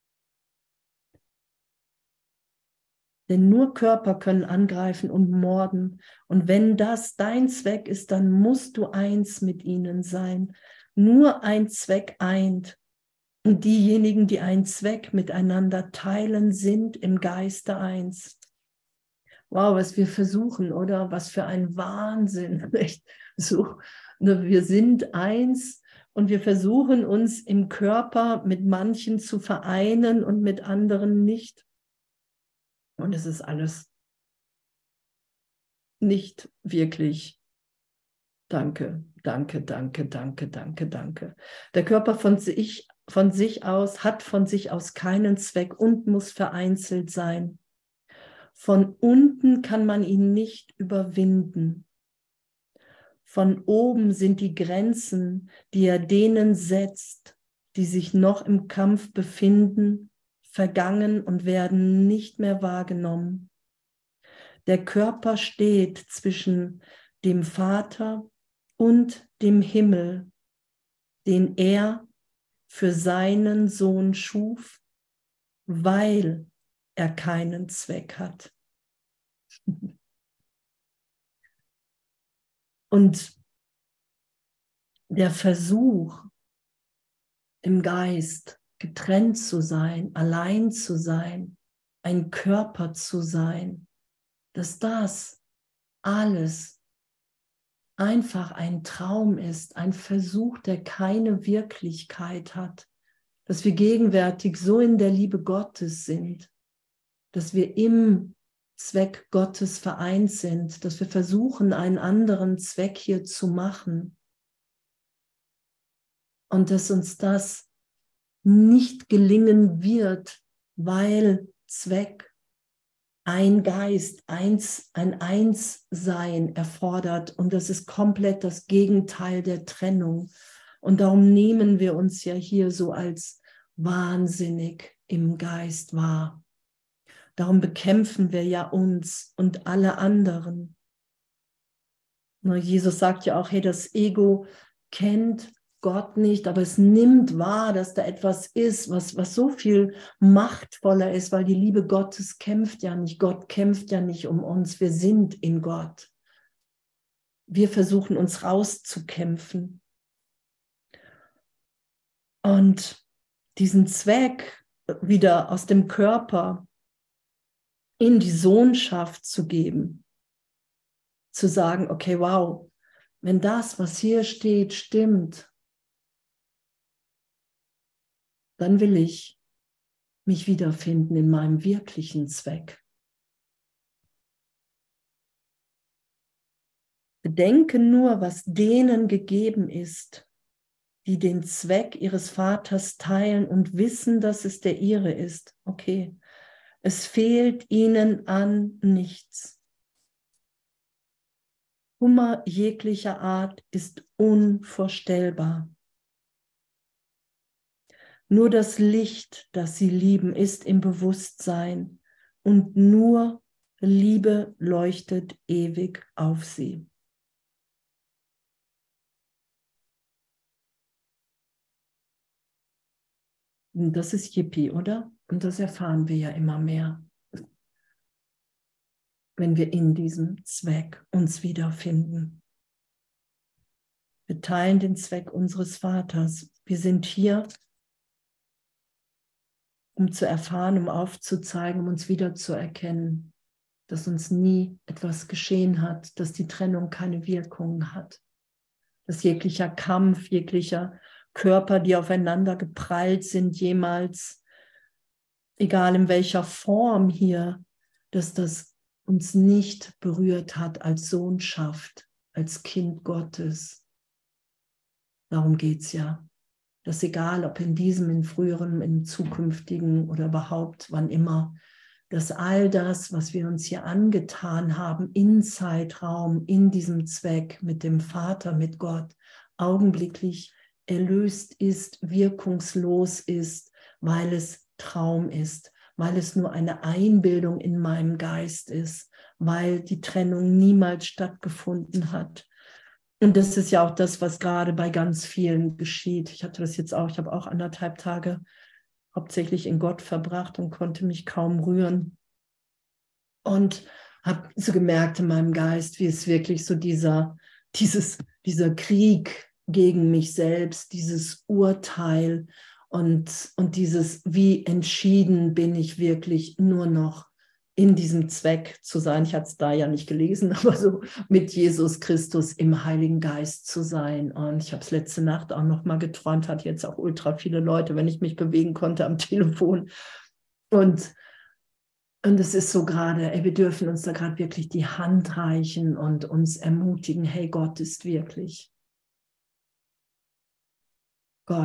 Denn nur Körper können angreifen und morden. Und wenn das dein Zweck ist, dann musst du eins mit ihnen sein. Nur ein Zweck eint. Und diejenigen, die einen Zweck miteinander teilen, sind im Geiste eins. Wow, was wir versuchen, oder? Was für ein Wahnsinn. Echt so, wir sind eins und wir versuchen uns im Körper mit manchen zu vereinen und mit anderen nicht. Und es ist alles nicht wirklich. Danke, danke, danke, danke, danke, danke. Der Körper von sich, von sich aus, hat von sich aus keinen Zweck und muss vereinzelt sein. Von unten kann man ihn nicht überwinden. Von oben sind die Grenzen, die er denen setzt, die sich noch im Kampf befinden, vergangen und werden nicht mehr wahrgenommen. Der Körper steht zwischen dem Vater und dem Himmel, den er für seinen Sohn schuf, weil er keinen Zweck hat. Und der Versuch, im Geist getrennt zu sein, allein zu sein, ein Körper zu sein, dass das alles einfach ein Traum ist, ein Versuch, der keine Wirklichkeit hat, dass wir gegenwärtig so in der Liebe Gottes sind, dass wir im Zweck Gottes vereint sind, dass wir versuchen, einen anderen Zweck hier zu machen und dass uns das nicht gelingen wird, weil Zweck ein Geist, eins, ein Einssein erfordert und das ist komplett das Gegenteil der Trennung. Und darum nehmen wir uns ja hier so als wahnsinnig im Geist wahr. Darum bekämpfen wir ja uns und alle anderen. Jesus sagt ja auch, hey, das Ego kennt Gott nicht, aber es nimmt wahr, dass da etwas ist, was, was so viel machtvoller ist, weil die Liebe Gottes kämpft ja nicht. Gott kämpft ja nicht um uns. Wir sind in Gott. Wir versuchen uns rauszukämpfen. Und diesen Zweck wieder aus dem Körper in die Sohnschaft zu geben, zu sagen, okay, wow, wenn das, was hier steht, stimmt, dann will ich mich wiederfinden in meinem wirklichen Zweck. Bedenke nur, was denen gegeben ist, die den Zweck ihres Vaters teilen und wissen, dass es der ihre ist. Okay, es fehlt ihnen an nichts. Kummer jeglicher Art ist unvorstellbar. Nur das Licht, das sie lieben, ist im Bewusstsein und nur Liebe leuchtet ewig auf sie. Und das ist Yippie, oder? Und das erfahren wir ja immer mehr, wenn wir in diesem Zweck uns wiederfinden. Wir teilen den Zweck unseres Vaters. Wir sind hier, um zu erfahren, um aufzuzeigen, um uns wiederzuerkennen, dass uns nie etwas geschehen hat, dass die Trennung keine Wirkung hat, dass jeglicher Kampf, jeglicher Körper, die aufeinander geprallt sind, jemals, egal in welcher Form hier, dass das uns nicht berührt hat als Sohnschaft, als Kind Gottes. Darum geht es ja. Dass egal, ob in diesem, in früheren, in zukünftigen oder überhaupt, wann immer, dass all das, was wir uns hier angetan haben, in Zeitraum, in diesem Zweck mit dem Vater, mit Gott, augenblicklich erlöst ist, wirkungslos ist, weil es Traum ist, weil es nur eine Einbildung in meinem Geist ist, weil die Trennung niemals stattgefunden hat. Und das ist ja auch das, was gerade bei ganz vielen geschieht. Ich hatte das jetzt auch, ich habe auch anderthalb Tage hauptsächlich in Gott verbracht und konnte mich kaum rühren. Und habe so gemerkt in meinem Geist, wie es wirklich so dieser, dieses, dieser Krieg gegen mich selbst, dieses Urteil und, und dieses, wie entschieden bin ich wirklich nur noch in diesem Zweck zu sein. Ich hatte es da ja nicht gelesen, aber so mit Jesus Christus im Heiligen Geist zu sein. Und ich habe es letzte Nacht auch noch mal geträumt, hat jetzt auch ultra viele Leute, wenn ich mich bewegen konnte am Telefon. Und, und es ist so gerade, ey, wir dürfen uns da gerade wirklich die Hand reichen und uns ermutigen, hey, Gott ist wirklich. Gott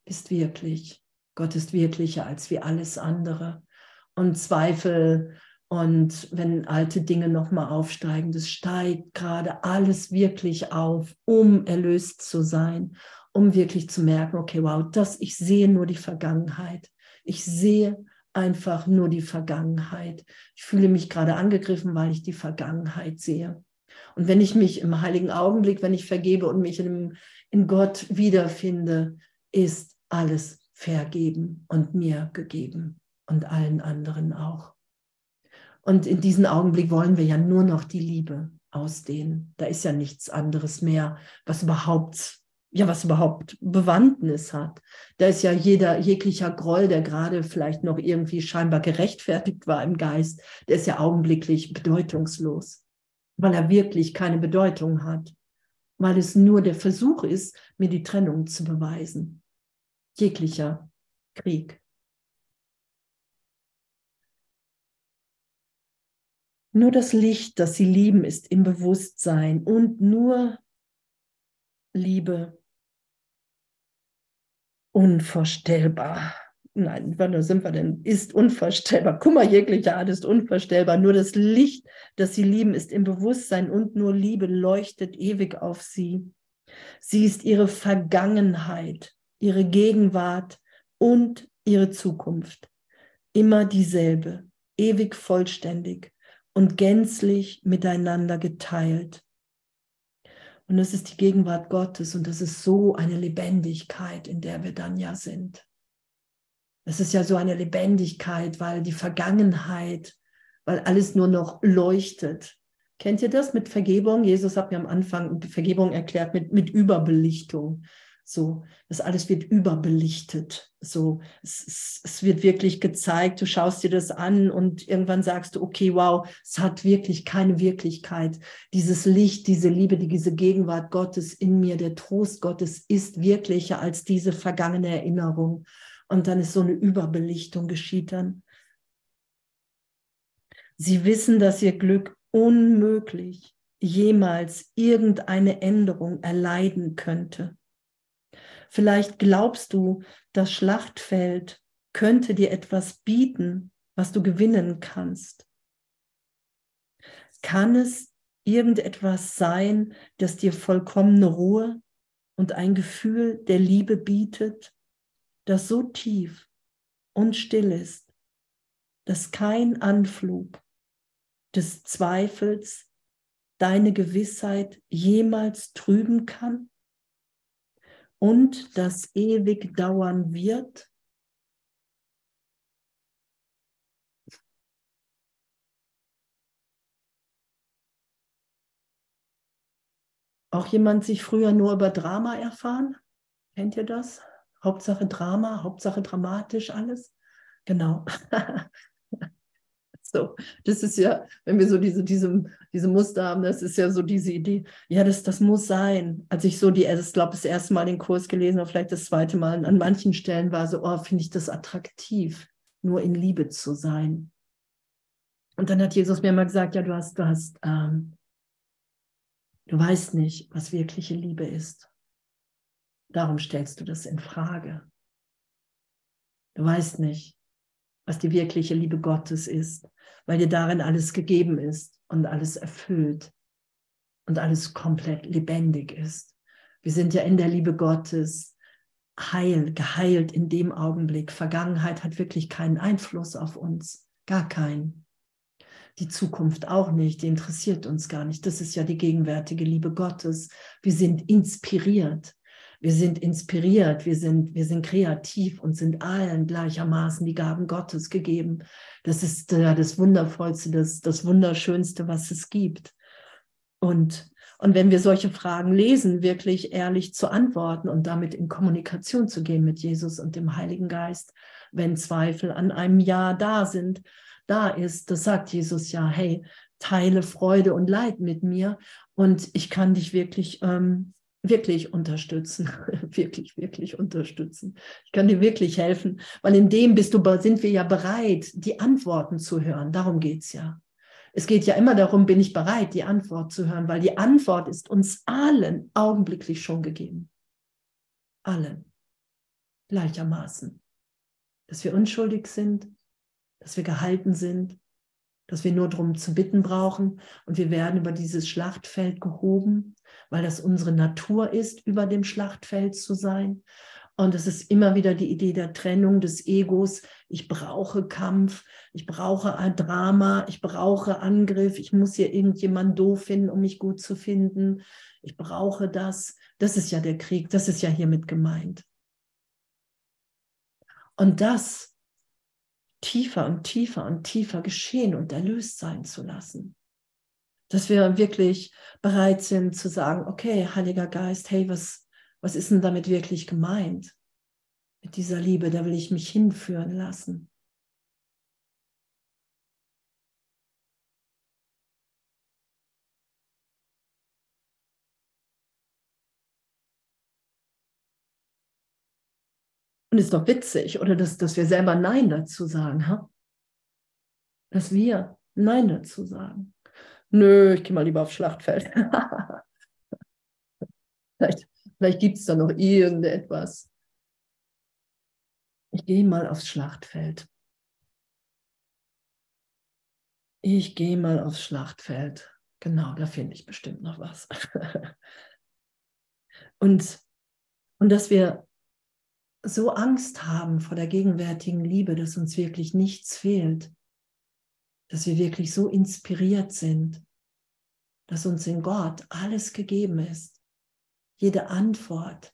ist wirklich. Gott ist wirklicher als wie alles andere. Und Zweifel und wenn alte Dinge nochmal aufsteigen, das steigt gerade alles wirklich auf, um erlöst zu sein, um wirklich zu merken, okay, wow, das, ich sehe nur die Vergangenheit. Ich sehe einfach nur die Vergangenheit. Ich fühle mich gerade angegriffen, weil ich die Vergangenheit sehe. Und wenn ich mich im heiligen Augenblick, wenn ich vergebe und mich in, in Gott wiederfinde, ist alles vergeben und mir gegeben und allen anderen auch. Und in diesem Augenblick wollen wir ja nur noch die Liebe ausdehnen. Da ist ja nichts anderes mehr, was überhaupt, ja, was überhaupt Bewandtnis hat. Da ist ja jeder, jeglicher Groll, der gerade vielleicht noch irgendwie scheinbar gerechtfertigt war im Geist, der ist ja augenblicklich bedeutungslos, weil er wirklich keine Bedeutung hat, weil es nur der Versuch ist, mir die Trennung zu beweisen. Jeglicher Krieg. Nur das Licht, das sie lieben, ist im Bewusstsein und nur Liebe unvorstellbar. Nein, wann sind wir denn? Ist unvorstellbar. Kummer jeglicher Art ist unvorstellbar. Nur das Licht, das sie lieben, ist im Bewusstsein und nur Liebe leuchtet ewig auf sie. Sie ist ihre Vergangenheit, ihre Gegenwart und ihre Zukunft. Immer dieselbe, ewig vollständig und gänzlich miteinander geteilt. Und das ist die Gegenwart Gottes und das ist so eine Lebendigkeit, in der wir dann ja sind. Es ist ja so eine Lebendigkeit, weil die Vergangenheit, weil alles nur noch leuchtet. Kennt ihr das mit Vergebung? Jesus hat mir am Anfang Vergebung erklärt mit, mit Überbelichtung. So, das alles wird überbelichtet. So, es, es, es wird wirklich gezeigt. Du schaust dir das an und irgendwann sagst du, okay, wow, es hat wirklich keine Wirklichkeit. Dieses Licht, diese Liebe, diese Gegenwart Gottes in mir, der Trost Gottes ist wirklicher als diese vergangene Erinnerung. Und dann ist so eine Überbelichtung geschieht dann. Sie wissen, dass ihr Glück unmöglich jemals irgendeine Änderung erleiden könnte. Vielleicht glaubst du, das Schlachtfeld könnte dir etwas bieten, was du gewinnen kannst. Kann es irgendetwas sein, das dir vollkommene Ruhe und ein Gefühl der Liebe bietet, das so tief und still ist, dass kein Anflug des Zweifels deine Gewissheit jemals trüben kann und das ewig dauern wird? Auch jemand sich früher nur über Drama erfahren? Kennt ihr das? Hauptsache Drama, Hauptsache dramatisch alles? Genau. So, das ist ja, wenn wir so diese, diese, diese Muster haben, das ist ja so diese Idee, ja, das, das muss sein. Als ich so die, ich glaube, das erste Mal den Kurs gelesen habe, vielleicht das zweite Mal, an manchen Stellen war so, oh, finde ich das attraktiv, nur in Liebe zu sein. Und dann hat Jesus mir mal gesagt, ja, du hast, du hast, ähm, du weißt nicht, was wirkliche Liebe ist. Darum stellst du das in Frage. Du weißt nicht, was die wirkliche Liebe Gottes ist, weil dir darin alles gegeben ist und alles erfüllt und alles komplett lebendig ist. Wir sind ja in der Liebe Gottes heil, geheilt in dem Augenblick. Vergangenheit hat wirklich keinen Einfluss auf uns, gar keinen. Die Zukunft auch nicht, die interessiert uns gar nicht. Das ist ja die gegenwärtige Liebe Gottes. Wir sind inspiriert. Wir sind inspiriert, wir sind, wir sind kreativ und sind allen gleichermaßen die Gaben Gottes gegeben. Das ist äh, das Wundervollste, das, das Wunderschönste, was es gibt. Und, und wenn wir solche Fragen lesen, wirklich ehrlich zu antworten und damit in Kommunikation zu gehen mit Jesus und dem Heiligen Geist, wenn Zweifel an einem Ja da sind, da ist, das sagt Jesus ja, hey, teile Freude und Leid mit mir und ich kann dich wirklich ähm, wirklich unterstützen, wirklich, wirklich unterstützen. Ich kann dir wirklich helfen, weil in dem bist du, sind wir ja bereit, die Antworten zu hören. Darum geht es ja. Es geht ja immer darum, bin ich bereit, die Antwort zu hören, weil die Antwort ist uns allen augenblicklich schon gegeben. Allen. gleichermaßen. Dass wir unschuldig sind, dass wir gehalten sind, dass wir nur darum zu bitten brauchen und wir werden über dieses Schlachtfeld gehoben, weil das unsere Natur ist, über dem Schlachtfeld zu sein. Und es ist immer wieder die Idee der Trennung des Egos. Ich brauche Kampf, ich brauche ein Drama, ich brauche Angriff, ich muss hier irgendjemanden doof finden, um mich gut zu finden. Ich brauche das. Das ist ja der Krieg, das ist ja hiermit gemeint. Und das tiefer und tiefer und tiefer geschehen und erlöst sein zu lassen. Dass wir wirklich bereit sind zu sagen, okay, Heiliger Geist, hey, was, was ist denn damit wirklich gemeint? Mit dieser Liebe, da will ich mich hinführen lassen. Und ist doch witzig, oder dass, dass wir selber Nein dazu sagen, ha? Dass wir Nein dazu sagen. Nö, ich gehe mal lieber aufs Schlachtfeld. vielleicht vielleicht gibt es da noch irgendetwas. Ich gehe mal aufs Schlachtfeld. Ich gehe mal aufs Schlachtfeld. Genau, da finde ich bestimmt noch was. und, und dass wir so Angst haben vor der gegenwärtigen Liebe, dass uns wirklich nichts fehlt, dass wir wirklich so inspiriert sind, dass uns in Gott alles gegeben ist, jede Antwort,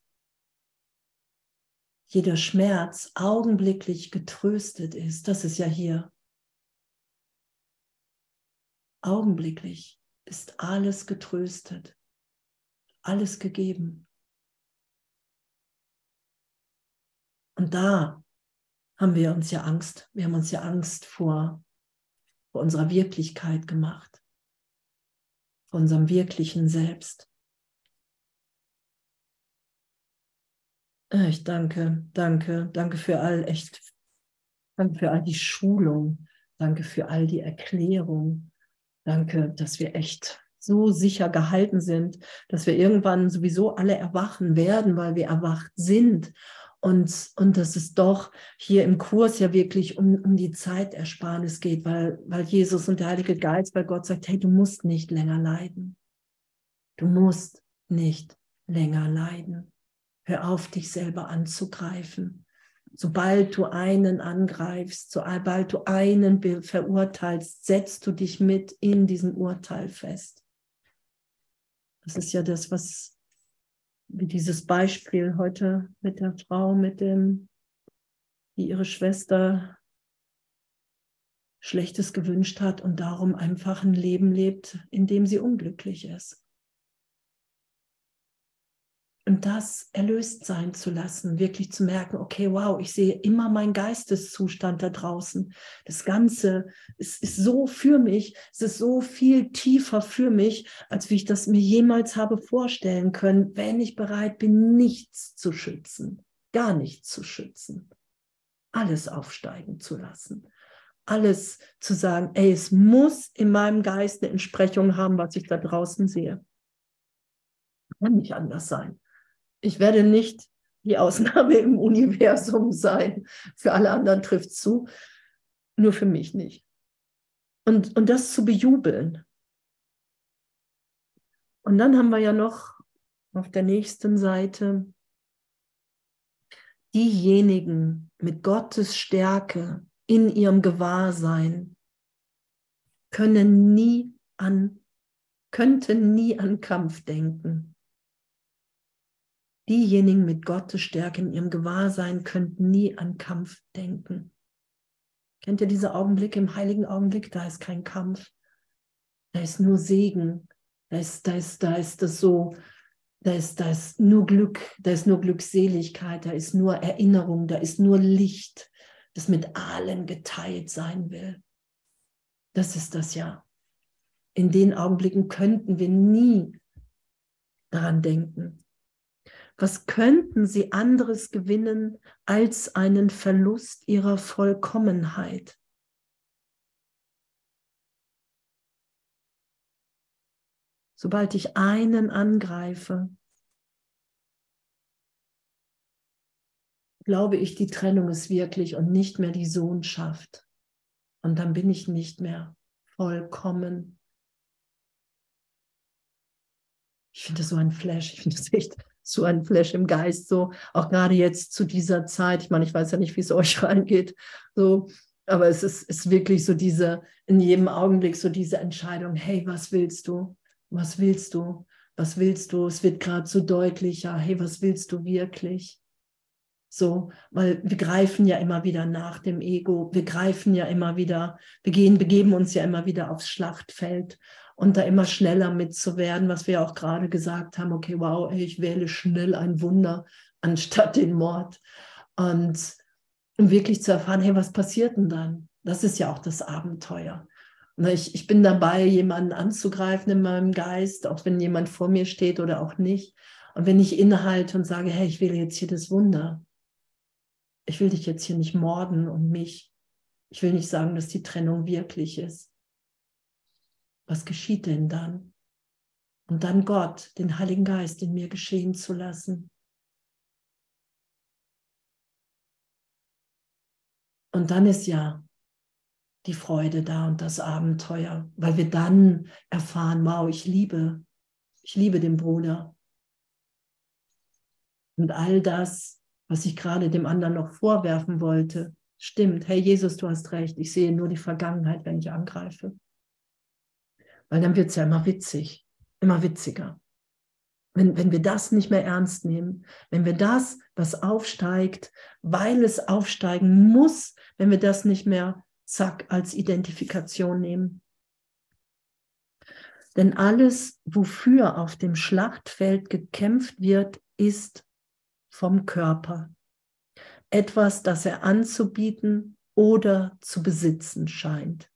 jeder Schmerz augenblicklich getröstet ist. Das ist ja hier. Augenblicklich ist alles getröstet, alles gegeben. Und da haben wir uns ja Angst, wir haben uns ja Angst vor, vor unserer Wirklichkeit gemacht, vor unserem wirklichen Selbst. Ich danke, danke, danke für all, echt, danke für all die Schulung, danke für all die Erklärung, danke, dass wir echt so sicher gehalten sind, dass wir irgendwann sowieso alle erwachen werden, weil wir erwacht sind. Und, und dass es doch hier im Kurs ja wirklich um, um die Zeitersparnis geht, weil, weil Jesus und der Heilige Geist, weil Gott sagt, hey, du musst nicht länger leiden. Du musst nicht länger leiden. Hör auf, dich selber anzugreifen. Sobald du einen angreifst, sobald du einen verurteilst, setzt du dich mit in diesem Urteil fest. Das ist ja das, was, wie dieses Beispiel heute mit der Frau, mit dem, die ihre Schwester Schlechtes gewünscht hat und darum einfach ein Leben lebt, in dem sie unglücklich ist. Und das erlöst sein zu lassen, wirklich zu merken, okay, wow, ich sehe immer meinen Geisteszustand da draußen. Das Ganze ist, ist so für mich, es ist so viel tiefer für mich, als wie ich das mir jemals habe vorstellen können, wenn ich bereit bin, nichts zu schützen, gar nichts zu schützen, alles aufsteigen zu lassen. Alles zu sagen, ey, es muss in meinem Geist eine Entsprechung haben, was ich da draußen sehe. Kann nicht anders sein. Ich werde nicht die Ausnahme im Universum sein. Für alle anderen trifft es zu, nur für mich nicht. Und, und das zu bejubeln. Und dann haben wir ja noch auf der nächsten Seite diejenigen mit Gottes Stärke in ihrem Gewahrsein können nie an, könnten nie an Kampf denken. Diejenigen mit Gottes Stärke in ihrem Gewahrsein könnten nie an Kampf denken. Kennt ihr diese Augenblicke im heiligen Augenblick? Da ist kein Kampf. Da ist nur Segen. Da ist, da ist, da ist das so, da ist, da ist nur Glück, da ist nur Glückseligkeit, da ist nur Erinnerung, da ist nur Licht, das mit allen geteilt sein will. Das ist das ja. In den Augenblicken könnten wir nie daran denken. Was könnten sie anderes gewinnen als einen Verlust ihrer Vollkommenheit? Sobald ich einen angreife, glaube ich, die Trennung ist wirklich und nicht mehr die Sohnschaft. Und dann bin ich nicht mehr vollkommen. Ich finde das so ein Flash. Ich finde das echt so ein Flash im Geist. So, auch gerade jetzt zu dieser Zeit. Ich meine, ich weiß ja nicht, wie es euch reingeht. So, aber es ist, ist wirklich so diese, in jedem Augenblick so diese Entscheidung, hey, was willst du? Was willst du? Was willst du? Es wird gerade so deutlicher. Hey, was willst du wirklich? So, weil wir greifen ja immer wieder nach dem Ego, wir greifen ja immer wieder, wir gehen, begeben uns ja immer wieder aufs Schlachtfeld und da immer schneller mitzuwerden, was wir auch gerade gesagt haben, okay, wow, ey, ich wähle schnell ein Wunder anstatt den Mord. Und um wirklich zu erfahren, hey, was passiert denn dann? Das ist ja auch das Abenteuer. Und ich, ich bin dabei, jemanden anzugreifen in meinem Geist, auch wenn jemand vor mir steht oder auch nicht. Und wenn ich innehalte und sage, hey, ich wähle jetzt hier das Wunder. Ich will dich jetzt hier nicht morden und mich. Ich will nicht sagen, dass die Trennung wirklich ist. Was geschieht denn dann? Und dann Gott, den Heiligen Geist in mir geschehen zu lassen. Und dann ist ja die Freude da und das Abenteuer, weil wir dann erfahren, wow, ich liebe, ich liebe den Bruder. Und all das, was ich gerade dem anderen noch vorwerfen wollte, stimmt. Hey Jesus, du hast recht. Ich sehe nur die Vergangenheit, wenn ich angreife. Weil dann wird es ja immer witzig, immer witziger. Wenn, wenn wir das nicht mehr ernst nehmen, wenn wir das, was aufsteigt, weil es aufsteigen muss, wenn wir das nicht mehr, zack, als Identifikation nehmen. Denn alles, wofür auf dem Schlachtfeld gekämpft wird, ist vom Körper. Etwas, das er anzubieten oder zu besitzen scheint.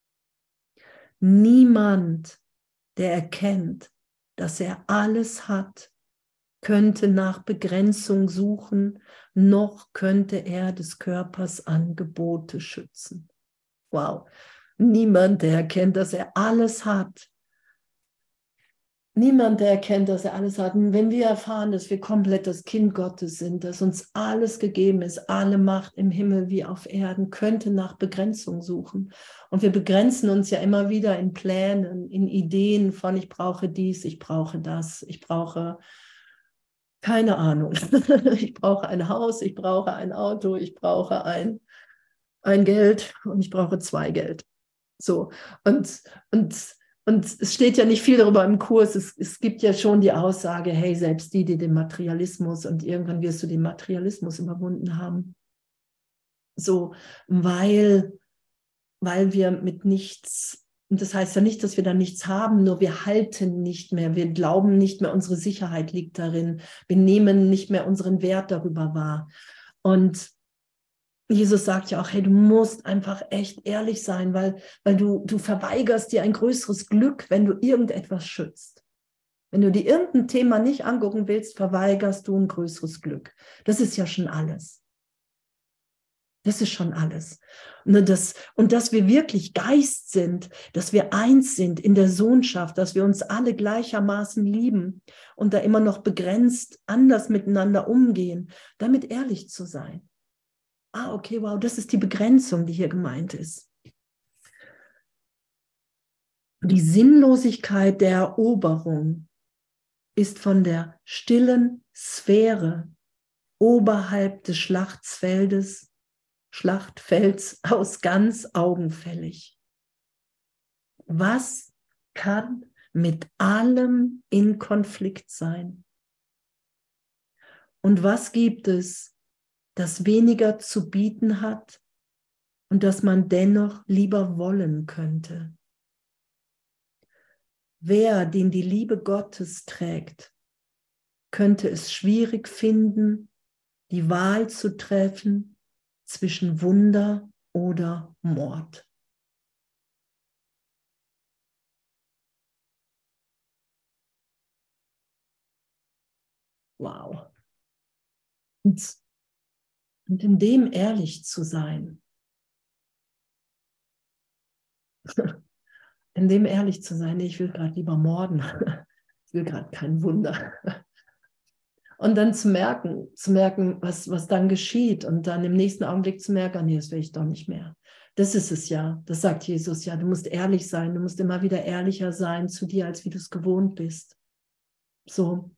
Niemand, der erkennt, dass er alles hat, könnte nach Begrenzung suchen, noch könnte er des Körpers Angebote schützen. Wow. Niemand, der erkennt, dass er alles hat. Niemand, der erkennt, dass er alles hat. Und wenn wir erfahren, dass wir komplett das Kind Gottes sind, dass uns alles gegeben ist, alle Macht im Himmel wie auf Erden, könnte nach Begrenzung suchen. Und wir begrenzen uns ja immer wieder in Plänen, in Ideen von, ich brauche dies, ich brauche das, ich brauche keine Ahnung. Ich brauche ein Haus, ich brauche ein Auto, ich brauche ein, ein Geld und ich brauche zwei Geld. So, und, und, und es steht ja nicht viel darüber im Kurs. Es, es gibt ja schon die Aussage, hey, selbst die, die den Materialismus und irgendwann wirst du den Materialismus überwunden haben. So, weil, weil wir mit nichts, und das heißt ja nicht, dass wir da nichts haben, nur wir halten nicht mehr, wir glauben nicht mehr, unsere Sicherheit liegt darin, wir nehmen nicht mehr unseren Wert darüber wahr. Und Jesus sagt ja auch, hey, du musst einfach echt ehrlich sein, weil, weil du, du verweigerst dir ein größeres Glück, wenn du irgendetwas schützt. Wenn du dir irgendein Thema nicht angucken willst, verweigerst du ein größeres Glück. Das ist ja schon alles. Das ist schon alles. Und, das, und dass wir wirklich Geist sind, dass wir eins sind in der Sohnschaft, dass wir uns alle gleichermaßen lieben und da immer noch begrenzt anders miteinander umgehen, damit ehrlich zu sein. Ah, okay, wow, das ist die Begrenzung, die hier gemeint ist. Die Sinnlosigkeit der Eroberung ist von der stillen Sphäre oberhalb des Schlachtfeldes Schlachtfelds aus ganz augenfällig. Was kann mit allem in Konflikt sein? Und was gibt es, das weniger zu bieten hat und das man dennoch lieber wollen könnte? Wer, den die Liebe Gottes trägt, könnte es schwierig finden, die Wahl zu treffen zwischen Wunder oder Mord. Wow. Und, und in dem ehrlich zu sein, in dem ehrlich zu sein, ich will gerade lieber morden, ich will gerade kein Wunder. Und dann zu merken, zu merken, was, was dann geschieht und dann im nächsten Augenblick zu merken, nee, das will ich doch nicht mehr. Das ist es ja, das sagt Jesus ja, du musst ehrlich sein, du musst immer wieder ehrlicher sein zu dir, als wie du es gewohnt bist. So,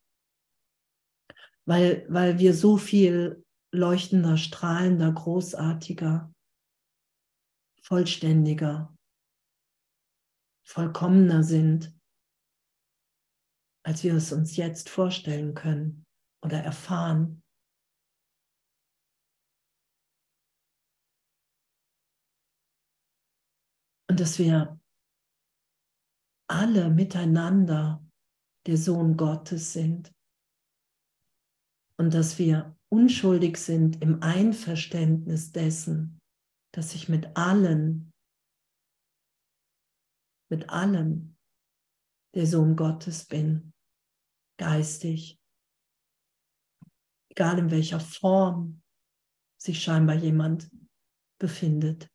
weil, weil wir so viel leuchtender, strahlender, großartiger, vollständiger, vollkommener sind, als wir es uns jetzt vorstellen können oder erfahren. Und dass wir alle miteinander der Sohn Gottes sind und dass wir unschuldig sind im Einverständnis dessen, dass ich mit allen, mit allem der Sohn Gottes bin, geistig, egal in welcher Form sich scheinbar jemand befindet.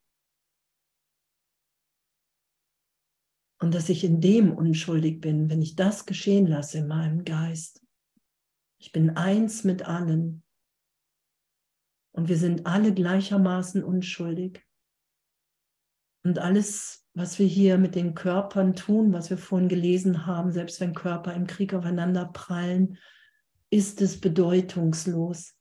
Und dass ich in dem unschuldig bin, wenn ich das geschehen lasse in meinem Geist. Ich bin eins mit allen. Und wir sind alle gleichermaßen unschuldig. Und alles, was wir hier mit den Körpern tun, was wir vorhin gelesen haben, selbst wenn Körper im Krieg aufeinander prallen, ist es bedeutungslos.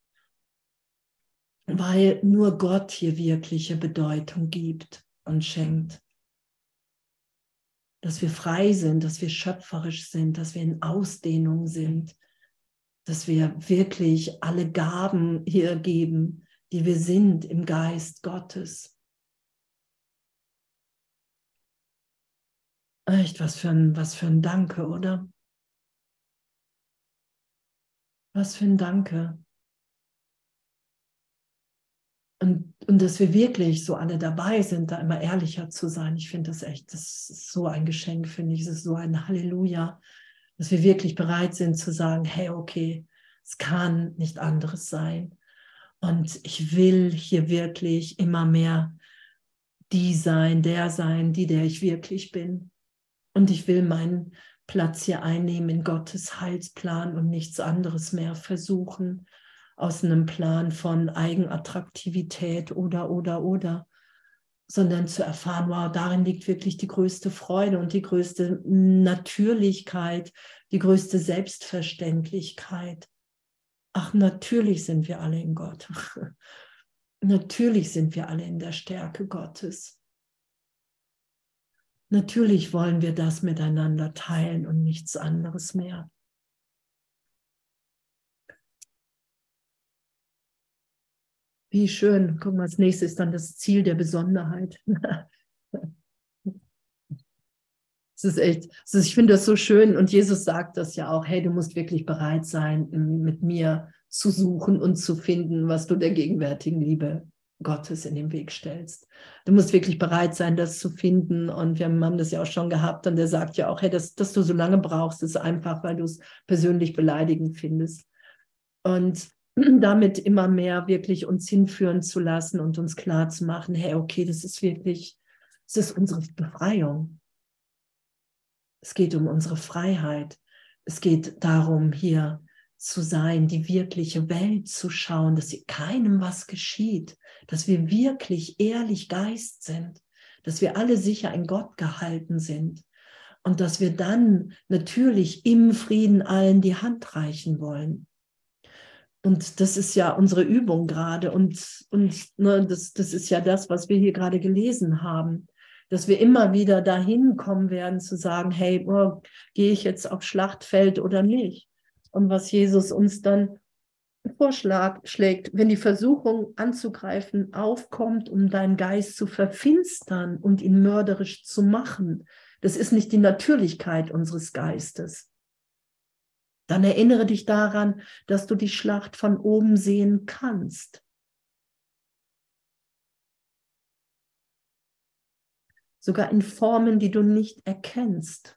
Weil nur Gott hier wirkliche Bedeutung gibt und schenkt. Dass wir frei sind, dass wir schöpferisch sind, dass wir in Ausdehnung sind, dass wir wirklich alle Gaben hier geben, die wir sind im Geist Gottes. Echt, was für ein, was für ein Danke, oder? Was für ein Danke. Und, und dass wir wirklich so alle dabei sind, da immer ehrlicher zu sein. Ich finde das echt, das ist so ein Geschenk, finde ich. Es ist so ein Halleluja, dass wir wirklich bereit sind zu sagen, hey, okay, es kann nicht anderes sein. Und ich will hier wirklich immer mehr die sein, der sein, die, der ich wirklich bin. Und ich will meinen Platz hier einnehmen in Gottes Heilsplan und nichts anderes mehr versuchen aus einem Plan von Eigenattraktivität oder, oder, oder, sondern zu erfahren, wow, darin liegt wirklich die größte Freude und die größte Natürlichkeit, die größte Selbstverständlichkeit. Ach, natürlich sind wir alle in Gott. Natürlich sind wir alle in der Stärke Gottes. Natürlich wollen wir das miteinander teilen und nichts anderes mehr. Wie schön. Guck mal, als nächstes ist dann das Ziel der Besonderheit. Es ist echt, es ist, ich finde das so schön und Jesus sagt das ja auch, hey, du musst wirklich bereit sein, mit mir zu suchen und zu finden, was du der gegenwärtigen Liebe Gottes in den Weg stellst. Du musst wirklich bereit sein, das zu finden und wir haben das ja auch schon gehabt und der sagt ja auch, hey, dass, dass du so lange brauchst, ist einfach, weil du es persönlich beleidigend findest. Und damit immer mehr wirklich uns hinführen zu lassen und uns klar zu machen, hey, okay, das ist wirklich, das ist unsere Befreiung. Es geht um unsere Freiheit. Es geht darum, hier zu sein, die wirkliche Welt zu schauen, dass keinem was geschieht, dass wir wirklich ehrlich Geist sind, dass wir alle sicher in Gott gehalten sind und dass wir dann natürlich im Frieden allen die Hand reichen wollen. Und das ist ja unsere Übung gerade und, und ne, das, das ist ja das, was wir hier gerade gelesen haben, dass wir immer wieder dahin kommen werden zu sagen, hey, oh, gehe ich jetzt aufs Schlachtfeld oder nicht? Und was Jesus uns dann vorschlägt, wenn die Versuchung anzugreifen aufkommt, um deinen Geist zu verfinstern und ihn mörderisch zu machen, das ist nicht die Natürlichkeit unseres Geistes. Dann erinnere dich daran, dass du die Schlacht von oben sehen kannst. Sogar in Formen, die du nicht erkennst.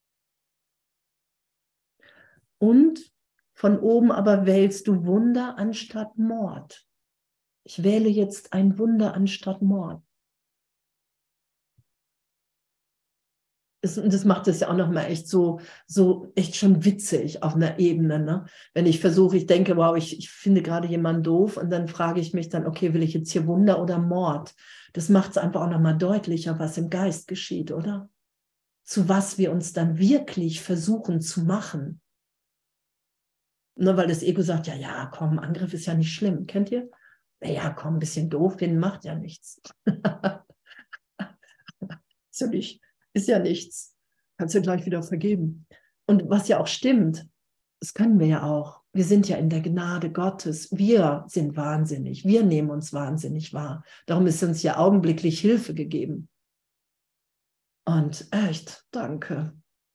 Und von oben aber wählst du Wunder anstatt Mord. Ich wähle jetzt ein Wunder anstatt Mord. Das, das macht es ja auch nochmal echt so, so echt schon witzig auf einer Ebene. Ne? Wenn ich versuche, ich denke, wow, ich, ich finde gerade jemanden doof und dann frage ich mich dann, okay, will ich jetzt hier Wunder oder Mord? Das macht es einfach auch nochmal deutlicher, was im Geist geschieht, oder? Zu was wir uns dann wirklich versuchen zu machen. Nur weil das Ego sagt, ja, ja, komm, Angriff ist ja nicht schlimm. Kennt ihr? Ja, komm, ein bisschen doof finden macht ja nichts. Ist ja nicht, ist ja nichts. Kannst du gleich wieder vergeben. Und was ja auch stimmt, das können wir ja auch. Wir sind ja in der Gnade Gottes. Wir sind wahnsinnig. Wir nehmen uns wahnsinnig wahr. Darum ist uns ja augenblicklich Hilfe gegeben. Und echt, danke.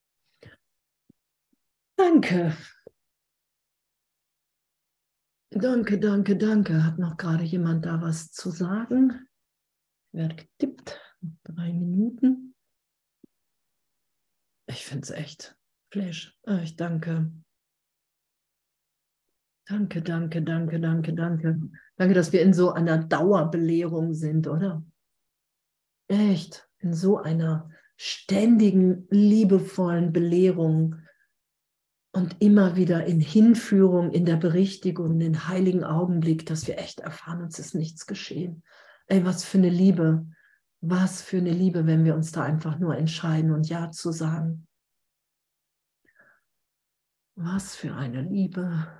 Danke. Danke, danke, danke. Hat noch gerade jemand da was zu sagen? Ich werde getippt. Drei Minuten. Ich finde es echt Flash. Ich danke. Danke, danke, danke, danke, danke. Danke, dass wir in so einer Dauerbelehrung sind, oder? Echt, in so einer ständigen, liebevollen Belehrung und immer wieder in Hinführung, in der Berichtigung, in den heiligen Augenblick, dass wir echt erfahren, uns ist nichts geschehen. Ey, was für eine Liebe. Was für eine Liebe, wenn wir uns da einfach nur entscheiden und Ja zu sagen. Was für eine Liebe.